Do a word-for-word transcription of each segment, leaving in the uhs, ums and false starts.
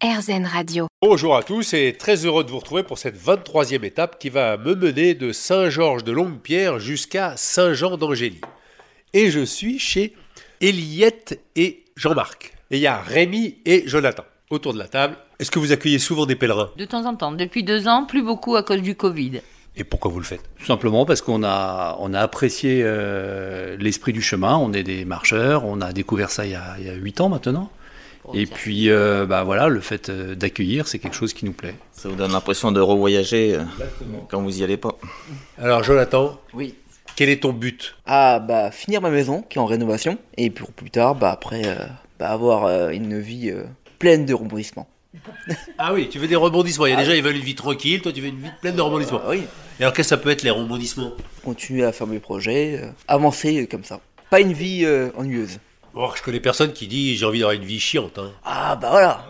AirZen Radio. Bonjour à tous et très heureux de vous retrouver pour cette vingt-troisième étape qui va me mener de Saint-Georges-de-Longuepierre jusqu'à Saint-Jean-d'Angély. Et je suis chez Eliette et Jean-Marc. Et il y a Rémi et Jonathan autour de la table. Est-ce que vous accueillez souvent des pèlerins ? De temps en temps. Depuis deux ans, plus beaucoup à cause du Covid. Et pourquoi vous le faites ? Tout simplement parce qu'on a, on a apprécié euh, l'esprit du chemin. On est des marcheurs. On a découvert ça il y a, il y a huit ans maintenant. Et puis, euh, bah voilà, le fait d'accueillir, c'est quelque chose qui nous plaît. Ça vous donne l'impression de revoyager euh, quand vous y allez pas. Alors Jonathan, Oui. quel est ton but ? Ah bah finir ma maison qui est en rénovation et pour plus tard bah après euh, bah, avoir euh, une vie euh, pleine de rebondissements. Ah oui, tu veux des rebondissements. Il y a des gens qui veulent une vie tranquille, toi tu veux une vie pleine de rebondissements. Ah, oui. Et alors qu'est-ce que ça peut être les rebondissements ? Continuer à faire mes projets, euh, avancer euh, comme ça. Pas une vie euh, ennuyeuse. Bon, je connais personne qui dit j'ai envie d'avoir une vie chiante. Hein. Ah bah voilà.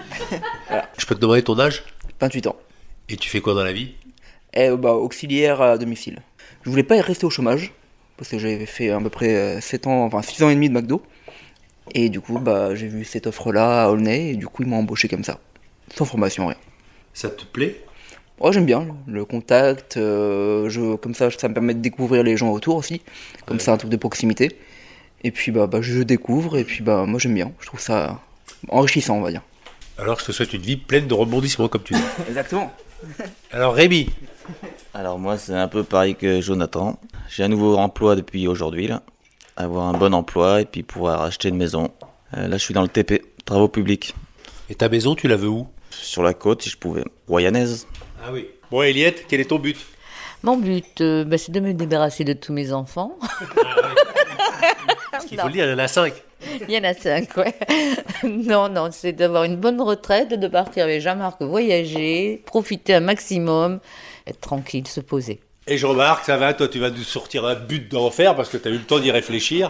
Je peux te demander ton âge ? vingt-huit ans. Et tu fais quoi dans la vie ? Et bah auxiliaire à domicile. Je voulais pas rester au chômage parce que j'avais fait à peu près sept ans, enfin six ans et demi de McDo. Et du coup bah j'ai vu cette offre là à Aulnay et du coup ils m'ont embauché comme ça. Sans formation, rien. Ça te plaît ? Oh, j'aime bien le contact, euh, je, comme ça ça me permet de découvrir les gens autour aussi, comme Ouais. c'est un truc de proximité. Et puis bah, bah je découvre et puis bah moi j'aime bien, je trouve ça enrichissant on va dire. Alors je te souhaite une vie pleine de rebondissements comme tu dis. Exactement. Alors Rémi, Alors moi c'est un peu pareil que Jonathan. J'ai un nouveau emploi depuis aujourd'hui là. Avoir un bon emploi et puis pouvoir acheter une maison. Euh, là je suis dans le T P, travaux publics. et ta maison tu la veux où ? Sur la côte si je pouvais. Royanaise. Ah oui. Bon Eliette, quel est ton but ? Mon but, euh, bah, c'est de me débarrasser de tous mes enfants. Parce qu'il faut le dire, il y en a cinq. Il y en a cinq, ouais. Non, non, c'est d'avoir une bonne retraite, de partir avec Jean-Marc voyager, profiter un maximum, être tranquille, se poser. Et Jean-Marc, ça va, toi tu vas nous sortir un but d'enfer parce que tu as eu le temps d'y réfléchir.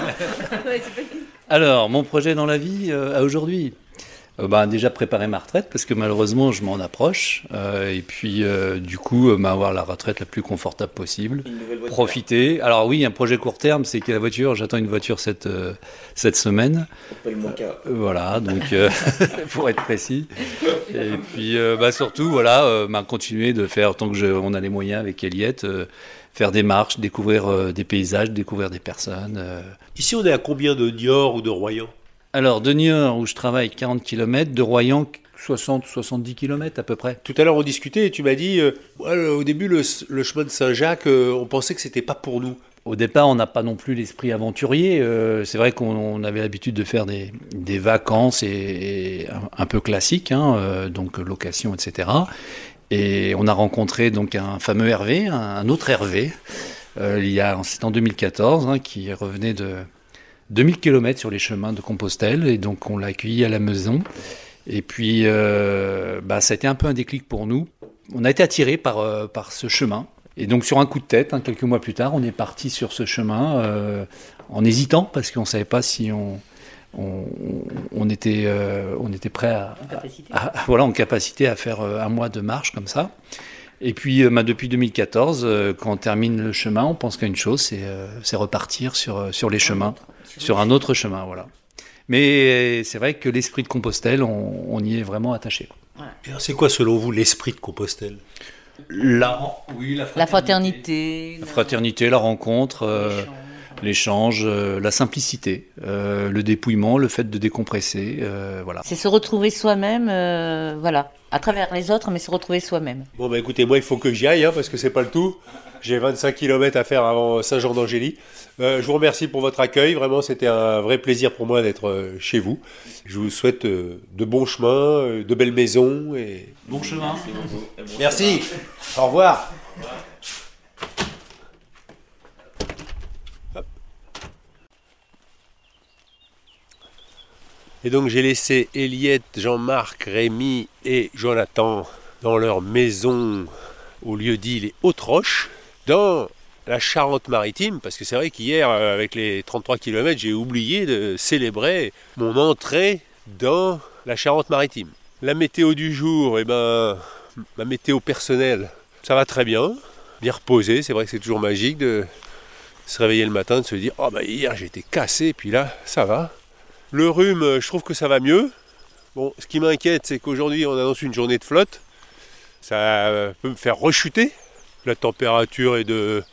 Alors, mon projet dans la vie euh, à aujourd'hui euh, bah, déjà préparer ma retraite parce que malheureusement je m'en approche. Euh, et puis euh, du coup, euh, bah, avoir la retraite la plus confortable possible. Profiter. Alors oui, un projet court terme, c'est que la voiture, j'attends une voiture cette, euh, cette semaine. Euh, voilà, donc euh, pour être précis. Et puis euh, bah, surtout, voilà, euh, bah, continuer de faire, tant que je, on a les moyens avec Eliette, euh, faire des marches, découvrir euh, des paysages, découvrir des personnes. Euh. Ici on est à combien de Niort ou de Royan ? Alors, de Niort, où je travaille, quarante kilomètres, de Royan, soixante soixante-dix kilomètres à peu près. Tout à l'heure on discutait et tu m'as dit, euh, ouais, le- au début le, le chemin de Saint-Jacques, euh, on pensait que c'était pas pour nous. Au départ, on n'a pas non plus l'esprit aventurier. Euh, c'est vrai qu'on on avait l'habitude de faire des, des vacances et, et un, un peu classiques, hein, euh, donc location, et cetera. Et on a rencontré donc un fameux Hervé, un, un autre Hervé, euh, il y a, c'était en deux mille quatorze, hein, qui revenait de deux mille kilomètres sur les chemins de Compostelle. Et donc, on l'a accueilli à la maison. Et puis, euh, bah, ça a été un peu un déclic pour nous. On a été attirés par, euh, par ce chemin. Et donc, sur un coup de tête, hein, quelques mois plus tard, on est parti sur ce chemin euh, en hésitant parce qu'on ne savait pas si on, on, on, était, euh, on était prêt à, à, à- voilà, en capacité à faire euh, un mois de marche comme ça. Et puis, euh, bah, depuis deux mille quatorze, euh, quand on termine le chemin, on pense qu'à une chose, c'est, euh, c'est repartir sur, euh, sur les chemins, sur un autre chemin, voilà. Mais c'est vrai que l'esprit de Compostelle, on, on y est vraiment attaché. Et alors, c'est quoi selon vous l'esprit de Compostelle ? La, oui, la La fraternité. La fraternité, la rencontre, euh, l'échange, euh, la simplicité, euh, le dépouillement, le fait de décompresser, euh, voilà. C'est se retrouver soi-même, euh, voilà, à travers les autres, mais se retrouver soi-même. Bon bah écoutez, moi il faut que j'y aille hein, parce que c'est pas le tout. J'ai vingt-cinq kilomètres à faire avant Saint-Jean-d'Angély. Euh, je vous remercie pour votre accueil. Vraiment, c'était un vrai plaisir pour moi d'être euh, chez vous. Je vous souhaite euh, de bons chemins, euh, de belles maisons. Et... Bon chemin. Merci. Au revoir. Hop. Et donc j'ai laissé Eliette, Jean-Marc, Rémi et Jonathan dans leur maison au lieu-dit les Hautes-Roches, dans la Charente-Maritime, parce que c'est vrai qu'hier, avec les trente-trois kilomètres, j'ai oublié de célébrer mon entrée dans la Charente-Maritime. La météo du jour, eh ben, ma météo personnelle, ça va très bien, bien reposé, c'est vrai que c'est toujours magique de se réveiller le matin, de se dire « Oh bah hier j'ai été cassé, puis là, ça va ». Le rhume, je trouve que ça va mieux. Bon, ce qui m'inquiète, c'est qu'aujourd'hui, on annonce une journée de flotte. Ça peut me faire rechuter. La température est de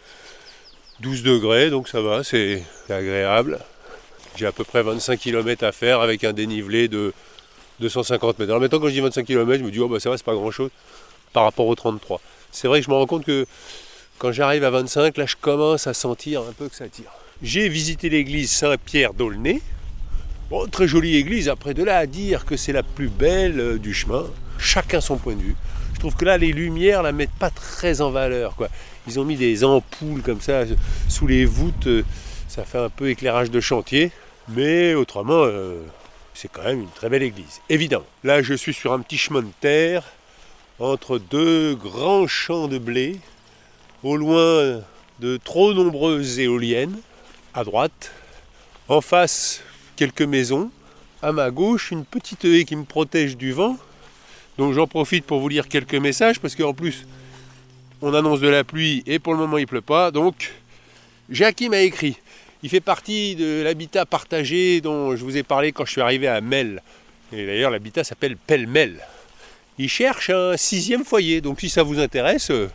douze degrés, donc ça va, c'est agréable. J'ai à peu près vingt-cinq kilomètres à faire avec un dénivelé de deux cent cinquante mètres. Alors maintenant, quand je dis vingt-cinq kilomètres, je me dis, oh bah ça va, c'est pas grand-chose par rapport aux trente-trois. C'est vrai que je me rends compte que quand j'arrive à vingt-cinq, là, je commence à sentir un peu que ça tire. J'ai visité l'église Saint-Pierre d'Aulnay. Bon, très jolie église, après de là à dire que c'est la plus belle du chemin, chacun son point de vue. Je trouve que là, les lumières la mettent pas très en valeur, quoi. Ils ont mis des ampoules comme ça sous les voûtes, ça fait un peu éclairage de chantier, mais autrement, euh, c'est quand même une très belle église, évidemment. Là, je suis sur un petit chemin de terre, entre deux grands champs de blé, au loin de trop nombreuses éoliennes, à droite, en face, quelques maisons, à ma gauche, une petite haie qui me protège du vent. Donc j'en profite pour vous lire quelques messages, parce qu'en plus, on annonce de la pluie et pour le moment il ne pleut pas. Donc, Jackie m'a écrit. Il fait partie de l'habitat partagé dont je vous ai parlé quand je suis arrivé à Mel. Et d'ailleurs, l'habitat s'appelle Pêle-Mêle. Il cherche un sixième foyer, donc si ça vous intéresse, euh,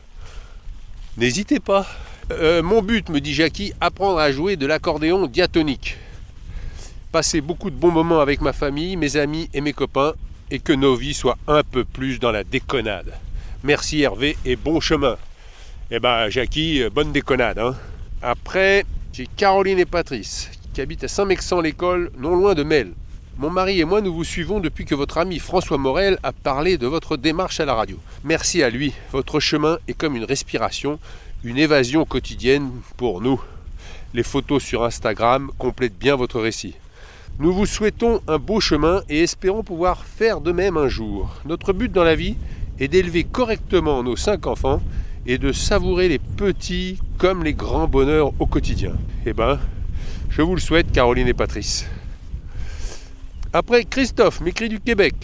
n'hésitez pas. Euh, mon but, me dit Jackie, apprendre à jouer de l'accordéon diatonique. Passer beaucoup de bons moments avec ma famille, mes amis et mes copains, et que nos vies soient un peu plus dans la déconnade. Merci Hervé et bon chemin. Eh ben Jackie, bonne déconnade. Hein. Après, j'ai Caroline et Patrice qui habitent à Saint-Mexan-l'École, non loin de Mel. Mon mari et moi, nous vous suivons depuis que votre ami François Morel a parlé de votre démarche à la radio. Merci à lui. Votre chemin est comme une respiration, une évasion quotidienne pour nous. Les photos sur Instagram complètent bien votre récit. Nous vous souhaitons un beau chemin et espérons pouvoir faire de même un jour. Notre but dans la vie est d'élever correctement nos cinq enfants et de savourer les petits comme les grands bonheurs au quotidien. Eh ben, je vous le souhaite, Caroline et Patrice. Après, Christophe m'écrit du Québec.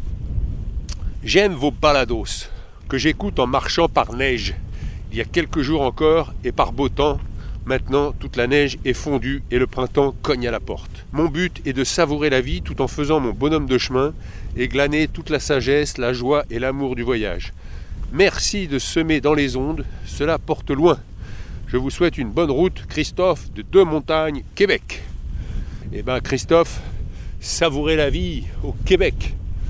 J'aime vos balados, que j'écoute en marchant par neige. Il y a quelques jours encore, et par beau temps, maintenant toute la neige est fondue et le printemps cogne à la porte. Mon but est de savourer la vie tout en faisant mon bonhomme de chemin et glaner toute la sagesse, la joie et l'amour du voyage. Merci de semer dans les ondes, cela porte loin. Je vous souhaite une bonne route, Christophe de Deux-Montagnes, Québec. Eh bien Christophe, savourez la vie au Québec,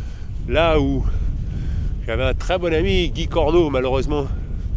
là où j'avais un très bon ami, Guy Corneau, malheureusement,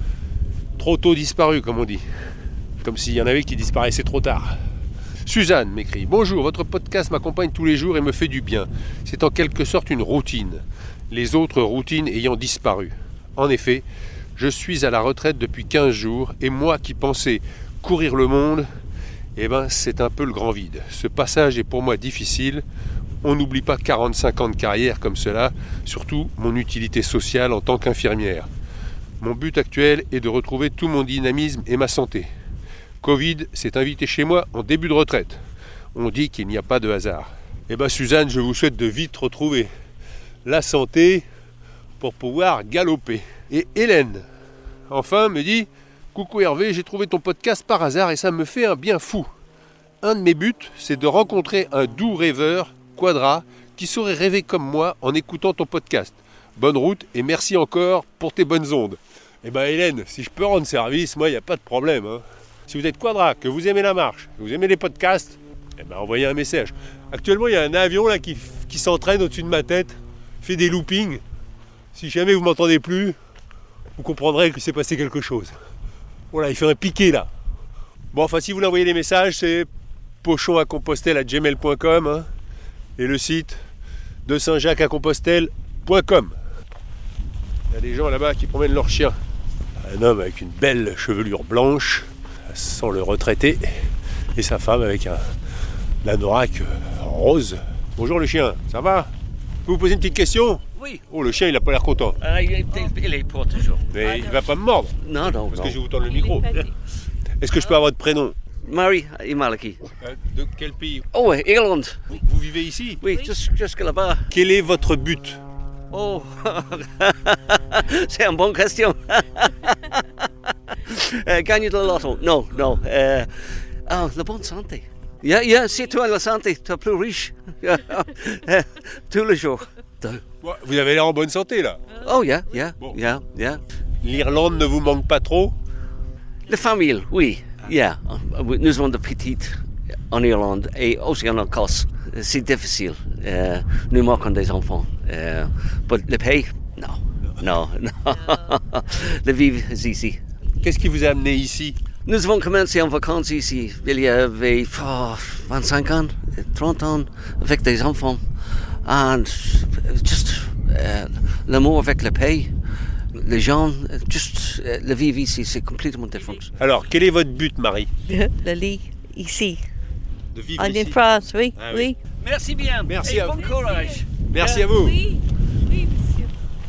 trop tôt disparu, comme on dit. Comme s'il y en avait qui disparaissaient trop tard. Suzanne m'écrit « Bonjour, votre podcast m'accompagne tous les jours et me fait du bien. C'est en quelque sorte une routine, les autres routines ayant disparu. En effet, je suis à la retraite depuis quinze jours et moi qui pensais courir le monde, eh ben c'est un peu le grand vide. Ce passage est pour moi difficile. On n'oublie pas quarante-cinq ans de carrière comme cela, surtout mon utilité sociale en tant qu'infirmière. Mon but actuel est de retrouver tout mon dynamisme et ma santé. Covid s'est invité chez moi en début de retraite. On dit qu'il n'y a pas de hasard. Eh bien Suzanne, je vous souhaite de vite retrouver la santé pour pouvoir galoper. Et Hélène, enfin, me dit « Coucou Hervé, j'ai trouvé ton podcast par hasard et ça me fait un bien fou. Un de mes buts, c'est de rencontrer un doux rêveur, Quadra, qui saurait rêver comme moi en écoutant ton podcast. Bonne route et merci encore pour tes bonnes ondes. » Eh bien Hélène, si je peux rendre service, moi il n'y a pas de problème. Hein. Si vous êtes Quadra, que vous aimez la marche, que vous aimez les podcasts, eh ben envoyez un message. Actuellement, il y a un avion là qui, qui s'entraîne au-dessus de ma tête, fait des loopings. Si jamais vous ne m'entendez plus, vous comprendrez qu'il s'est passé quelque chose. Voilà, il fait un piqué là. Bon, enfin, si vous voulez envoyer les messages, c'est pochon à compostelle arobase gmail point com hein, et le site de saint jacques à compostelle point com. Il y a des gens là-bas qui promènent leur chien. Un homme avec une belle chevelure blanche, sans le retraité, et sa femme avec un anorak rose. Bonjour le chien, ça va? Je peux vous poser une petite question? Oui. Oh, le chien, il n'a pas l'air content. Ah, il, est, il est pour toujours. Mais ah, il ne va pas me mordre. Non, non, Parce non. que je vais vous tendre le micro. Est-ce que je peux avoir votre prénom? Marie et Malaki. Euh, De quel pays? Oh, Irlande. Vous, vous vivez ici? Oui, oui. Juste, jusque là-bas. Quel est votre but? Oh, c'est une bonne question. euh, gagner de la loto? Non, non. Euh, oh, la bonne santé. Yeah, yeah, si tu as la santé, tu es plus riche. Tous les jours. though. Ouais, vous avez l'air en bonne santé là. Oh yeah, yeah, Bon. yeah, yeah. L'Irlande ne vous manque pas trop? La famille, oui, yeah. Nous avons des petites en Irlande et aussi en Écosse. C'est difficile. Euh, nous manquons des enfants. Euh, mais le pays, non, non, non. Le vivre ici. Qu'est-ce qui vous a amené ici? Nous avons commencé en vacances ici. Il y avait oh, vingt-cinq ans, trente ans, avec des enfants. And just uh, l'amour avec le pays, les gens, juste uh, le vivre ici, c'est complètement différent. Alors, quel est votre but, Marie? Le lit, ici. De vivre En ici. France, oui, Ah oui. oui. Merci bien. Merci et à bon vous. courage. Merci à vous. Oui, oui, monsieur.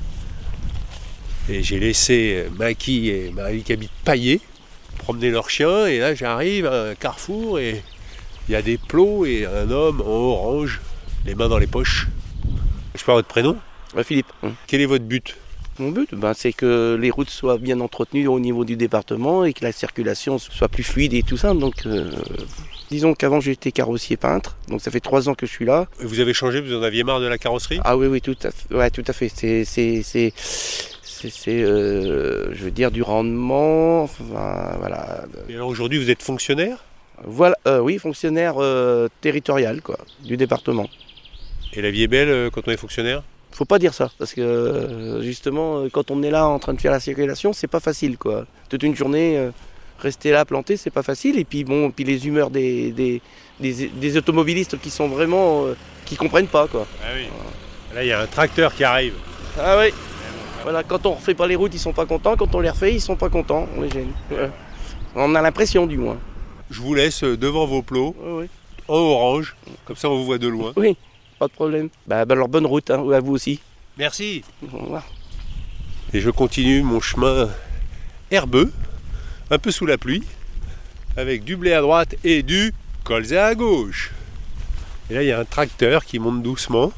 Et j'ai laissé Maki et Marie qui habitent Paillé promener leurs chiens. Et là, j'arrive à un carrefour et il y a des plots et un homme en orange, les mains dans les poches. Je parle votre prénom? Ouais, Philippe. Quel est votre but? Mon but, ben, c'est que les routes soient bien entretenues au niveau du département et que la circulation soit plus fluide et tout ça. Donc, euh, disons qu'avant j'étais carrossier peintre, donc ça fait trois ans que je suis là. Vous avez changé, vous en aviez marre de la carrosserie? Ah oui, oui, tout à fait. Ouais, tout à fait. C'est, c'est, c'est, c'est, c'est euh, je veux dire, du rendement. Enfin, voilà. Et alors aujourd'hui, vous êtes fonctionnaire? Voilà, euh, oui, fonctionnaire euh, territorial, quoi, du département. Et la vie est belle euh, quand on est fonctionnaire? Faut pas dire ça, parce que euh, justement, quand on est là en train de faire la circulation, c'est pas facile, quoi. Toute une journée, euh, rester là planté, c'est pas facile. Et puis bon, puis les humeurs des, des, des, des automobilistes qui sont vraiment, euh, qui comprennent pas, quoi. Ah oui. Là, il y a un tracteur qui arrive. Ah oui. Voilà, quand on refait pas les routes, ils sont pas contents. Quand on les refait, ils sont pas contents. On les gêne. Ouais. On a l'impression, du moins. Je vous laisse devant vos plots, Oui, oui. en orange, comme ça on vous voit de loin. Oui, pas de problème. Bah, bah alors bonne route, hein, à vous aussi. Merci. Au revoir. Et je continue mon chemin herbeux, un peu sous la pluie, avec du blé à droite et du colza à gauche. Et là, il y a un tracteur qui monte doucement.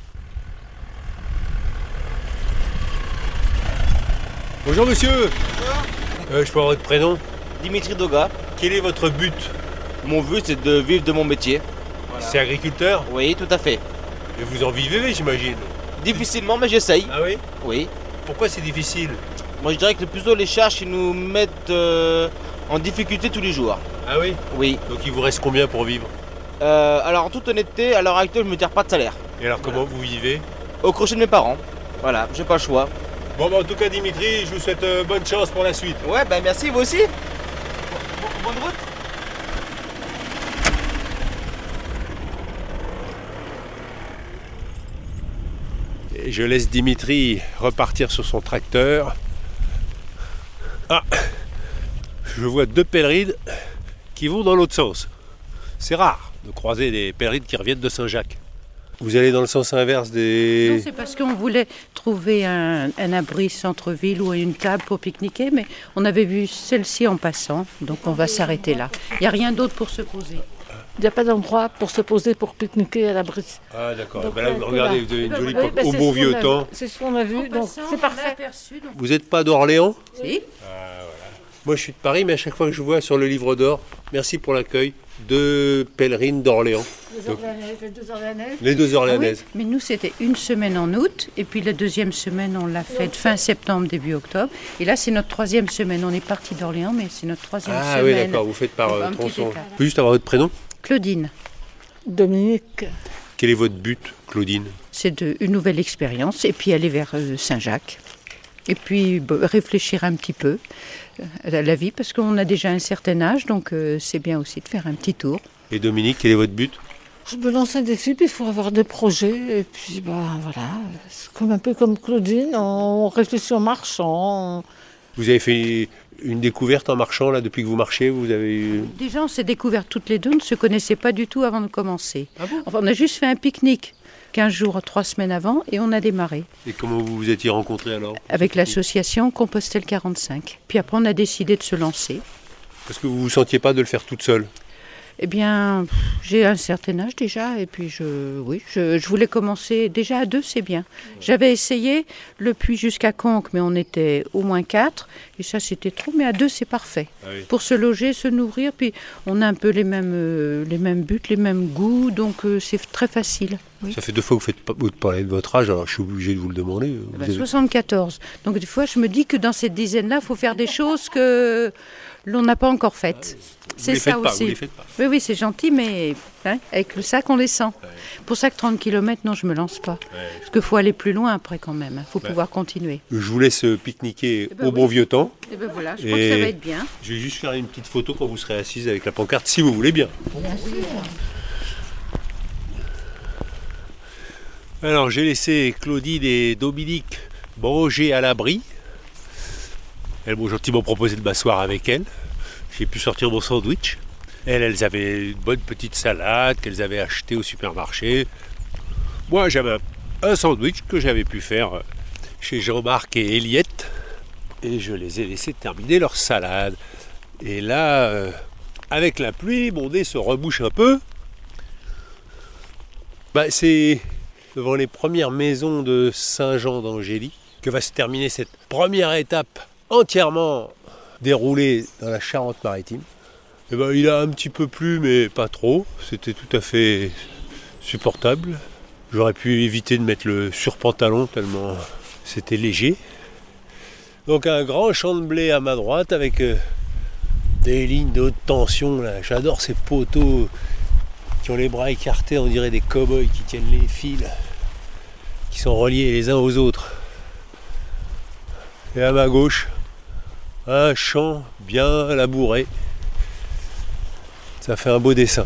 Bonjour monsieur. Euh, je peux avoir votre prénom? Dimitri Doga. Quel est votre but? Mon but, c'est de vivre de mon métier. C'est agriculteur? Oui, tout à fait. Et vous en vivez, j'imagine? Difficilement, mais j'essaye. Ah oui? Oui. Pourquoi c'est difficile? Moi, je dirais que plutôt les charges, ils nous mettent euh, en difficulté tous les jours. Ah oui? Oui. Donc il vous reste combien pour vivre? Euh, alors, en toute honnêteté, à l'heure actuelle, je ne me tire pas de salaire. Et alors comment vous vivez? Au crochet de mes parents. Voilà, j'ai pas le choix. Bon, bah, en tout cas, Dimitri, je vous souhaite euh, bonne chance pour la suite. Ouais, bah merci, vous aussi. Bonne route. Et je laisse Dimitri repartir sur son tracteur. Ah, je vois deux pèlerines qui vont dans l'autre sens. C'est rare de croiser des pèlerines qui reviennent de Saint-Jacques. Vous allez dans le sens inverse des... Non, c'est parce qu'on voulait trouver un, un abri centre-ville ou une table pour pique-niquer, mais on avait vu celle-ci en passant, donc on va s'arrêter là. Il n'y a rien d'autre pour se poser. Il n'y a pas d'endroit pour se poser, pour pique-niquer à l'abri. Ah d'accord, Donc, ben là, là, regardez, là. vous avez une jolie Oui, porte bah, au c'est bon ce vieux qu'on a temps. vu. C'est ce qu'on a vu, En donc passant, c'est on l'a parfait. aperçu, donc- Vous n'êtes pas d'Orléans? Si. Moi je suis de Paris, mais à chaque fois que je vois sur le livre d'or, merci pour l'accueil, deux pèlerines d'Orléans. Donc, Les deux Orléanaises. les deux Ah oui, Orléanaises. mais nous, c'était une semaine en août, et puis la deuxième semaine, on l'a faite fin septembre, début octobre. Et là, c'est notre troisième semaine. On est parti d'Orléans, mais c'est notre troisième Ah semaine. oui, d'accord, vous faites par Donc, euh, un petit tronçon. écart. Vous pouvez juste avoir votre prénom? Claudine, Dominique. Quel est votre but, Claudine? c'est de- une nouvelle expérience, et puis aller vers euh, Saint-Jacques. Et puis bah, réfléchir un petit peu euh, à la vie, parce qu'on a déjà un certain âge, donc euh, c'est bien aussi de faire un petit tour. Et Dominique, quel est votre but? Je me lance un défi, puis il faut avoir des projets. Et puis, bah, voilà, c'est comme un peu comme Claudine, on réfléchit en marchant. Vous avez fait une découverte en marchant, là, depuis que vous marchez, vous avez eu... Déjà, on s'est découvert toutes les deux, on ne se connaissait pas du tout avant de commencer. Ah bon? Enfin, on a juste fait un pique-nique quinze jours, trois semaines avant, et on a démarré Et comment vous vous étiez rencontrés alors? avec l'association Compostelle quarante-cinq. Puis après, on a décidé de se lancer. Parce que vous ne vous sentiez pas de le faire toute seule? Eh bien, pff, j'ai un certain âge déjà, et puis je, oui, je, je voulais commencer déjà à deux, c'est bien. J'avais essayé le puits jusqu'à Conques, mais on était au moins quatre, et ça c'était trop, mais à deux c'est parfait. Ah oui. Pour se loger, se nourrir, puis on a un peu les mêmes, euh, les mêmes buts, les mêmes goûts, donc euh, c'est très facile. Oui. Ça fait deux fois que vous faites pas, vous parlez de votre âge, alors je suis obligé de vous le demander. Vous Eh ben, avez... soixante-quatorze. Donc des fois, je me dis que dans cette dizaine-là, il faut faire des choses que l'on n'a pas encore faites. Vous c'est les ça faites pas, aussi. vous les faites pas. Oui, oui, c'est gentil, mais hein, avec le sac, on les sent. Ouais. Pour ça que trente kilomètres, non, je ne me lance pas. Ouais. Parce qu'il faut aller plus loin après quand même. Il faut Ouais. pouvoir continuer. Je vous laisse pique-niquer Eh ben au oui. bon vieux temps. Et ben voilà, je Et crois que ça va être bien. Je vais juste faire une petite photo quand vous serez assise avec la pancarte, si vous voulez bien. Bien sûr. Alors j'ai laissé Claudine et Dominique manger à l'abri. Elles m'ont gentiment proposé de m'asseoir avec elles. J'ai pu sortir mon sandwich. Elles, elles avaient une bonne petite salade qu'elles avaient achetée au supermarché. Moi j'avais un sandwich que j'avais pu faire chez Jean-Marc et Eliette. Et je les ai laissés terminer leur salade. Et là, euh, avec la pluie, mon nez se rebouche un peu. Bah, c'est devant les premières maisons de Saint-Jean d'Angély que va se terminer cette première étape entièrement déroulée dans la Charente-Maritime. Et ben, il a un petit peu plu, mais pas trop. C'était tout à fait supportable. J'aurais pu éviter de mettre le surpantalon tellement c'était léger. Donc un grand champ de blé à ma droite avec euh, des lignes de haute tension. Là. J'adore ces poteaux qui ont les bras écartés, on dirait des cow-boys qui tiennent les fils, qui sont reliés les uns aux autres. Et à ma gauche, un champ bien labouré. Ça fait un beau dessin.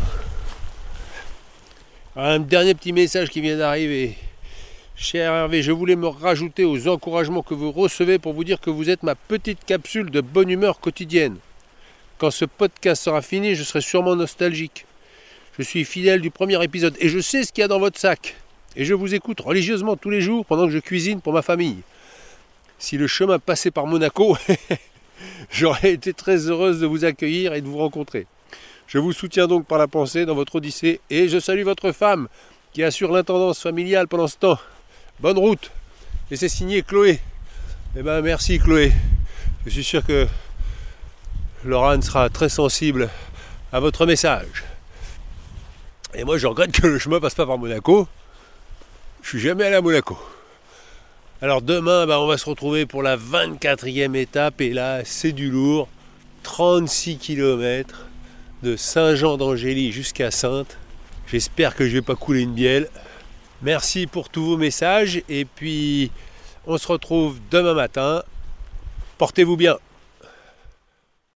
Un dernier petit message qui vient d'arriver. Cher Hervé, je voulais me rajouter aux encouragements que vous recevez pour vous dire que vous êtes ma petite capsule de bonne humeur quotidienne. Quand ce podcast sera fini, je serai sûrement nostalgique. Je suis fidèle du premier épisode et je sais ce qu'il y a dans votre sac. Et je vous écoute religieusement tous les jours pendant que je cuisine pour ma famille. Si le chemin passait par Monaco, j'aurais été très heureuse de vous accueillir et de vous rencontrer. Je vous soutiens donc par la pensée dans votre odyssée et je salue votre femme qui assure l'intendance familiale pendant ce temps. Bonne route. Et c'est signé Chloé. Eh ben merci Chloé. Je suis sûr que Laurent sera très sensible à votre message. Et moi je regrette que le chemin passe pas par Monaco. Je suis jamais allé à Monaco. Alors demain ben, on va se retrouver pour la vingt-quatrième étape et là c'est du lourd. trente-six kilomètres de Saint-Jean d'Angély jusqu'à Saintes. J'espère que je ne vais pas couler une bielle. Merci pour tous vos messages et puis on se retrouve demain matin. Portez-vous bien.